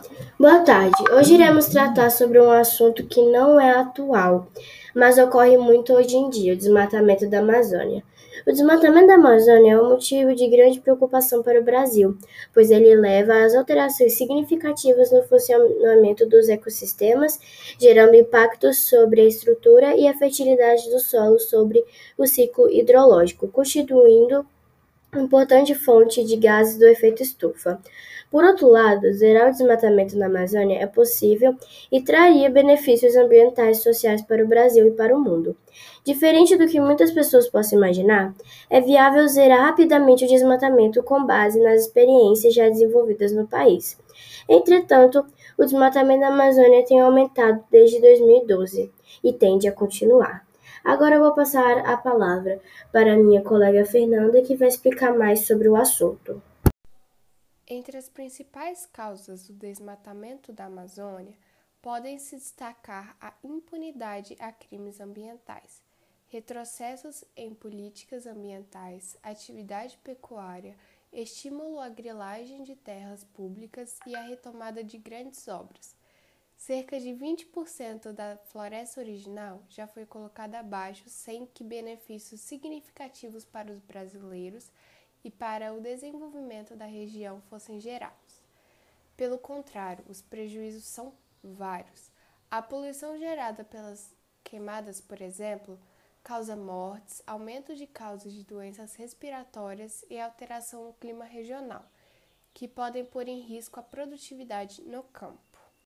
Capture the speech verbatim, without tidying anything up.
Boa tarde. Hoje iremos tratar sobre um assunto que não é atual, mas ocorre muito hoje em dia, o desmatamento da Amazônia. O desmatamento da Amazônia é um motivo de grande preocupação para o Brasil, pois ele leva às alterações significativas no funcionamento dos ecossistemas, gerando impactos sobre a estrutura e a fertilidade do solo sobre o ciclo hidrológico, constituindo importante fonte de gases do efeito estufa. Por outro lado, zerar o desmatamento na Amazônia é possível e traria benefícios ambientais e sociais para o Brasil e para o mundo. Diferente do que muitas pessoas possam imaginar, é viável zerar rapidamente o desmatamento com base nas experiências já desenvolvidas no país. Entretanto, o desmatamento da Amazônia tem aumentado desde dois mil e doze e tende a continuar. Agora eu vou passar a palavra para minha colega Fernanda, que vai explicar mais sobre o assunto. Entre as principais causas do desmatamento da Amazônia, podem se destacar a impunidade a crimes ambientais, retrocessos em políticas ambientais, atividade pecuária, estímulo à grilagem de terras públicas e a retomada de grandes obras. Cerca de vinte por cento da floresta original já foi colocada abaixo sem que benefícios significativos para os brasileiros e para o desenvolvimento da região fossem gerados. Pelo contrário, os prejuízos são vários. A poluição gerada pelas queimadas, por exemplo, causa mortes, aumento de causas de doenças respiratórias e alteração no clima regional, que podem pôr em risco a produtividade no campo.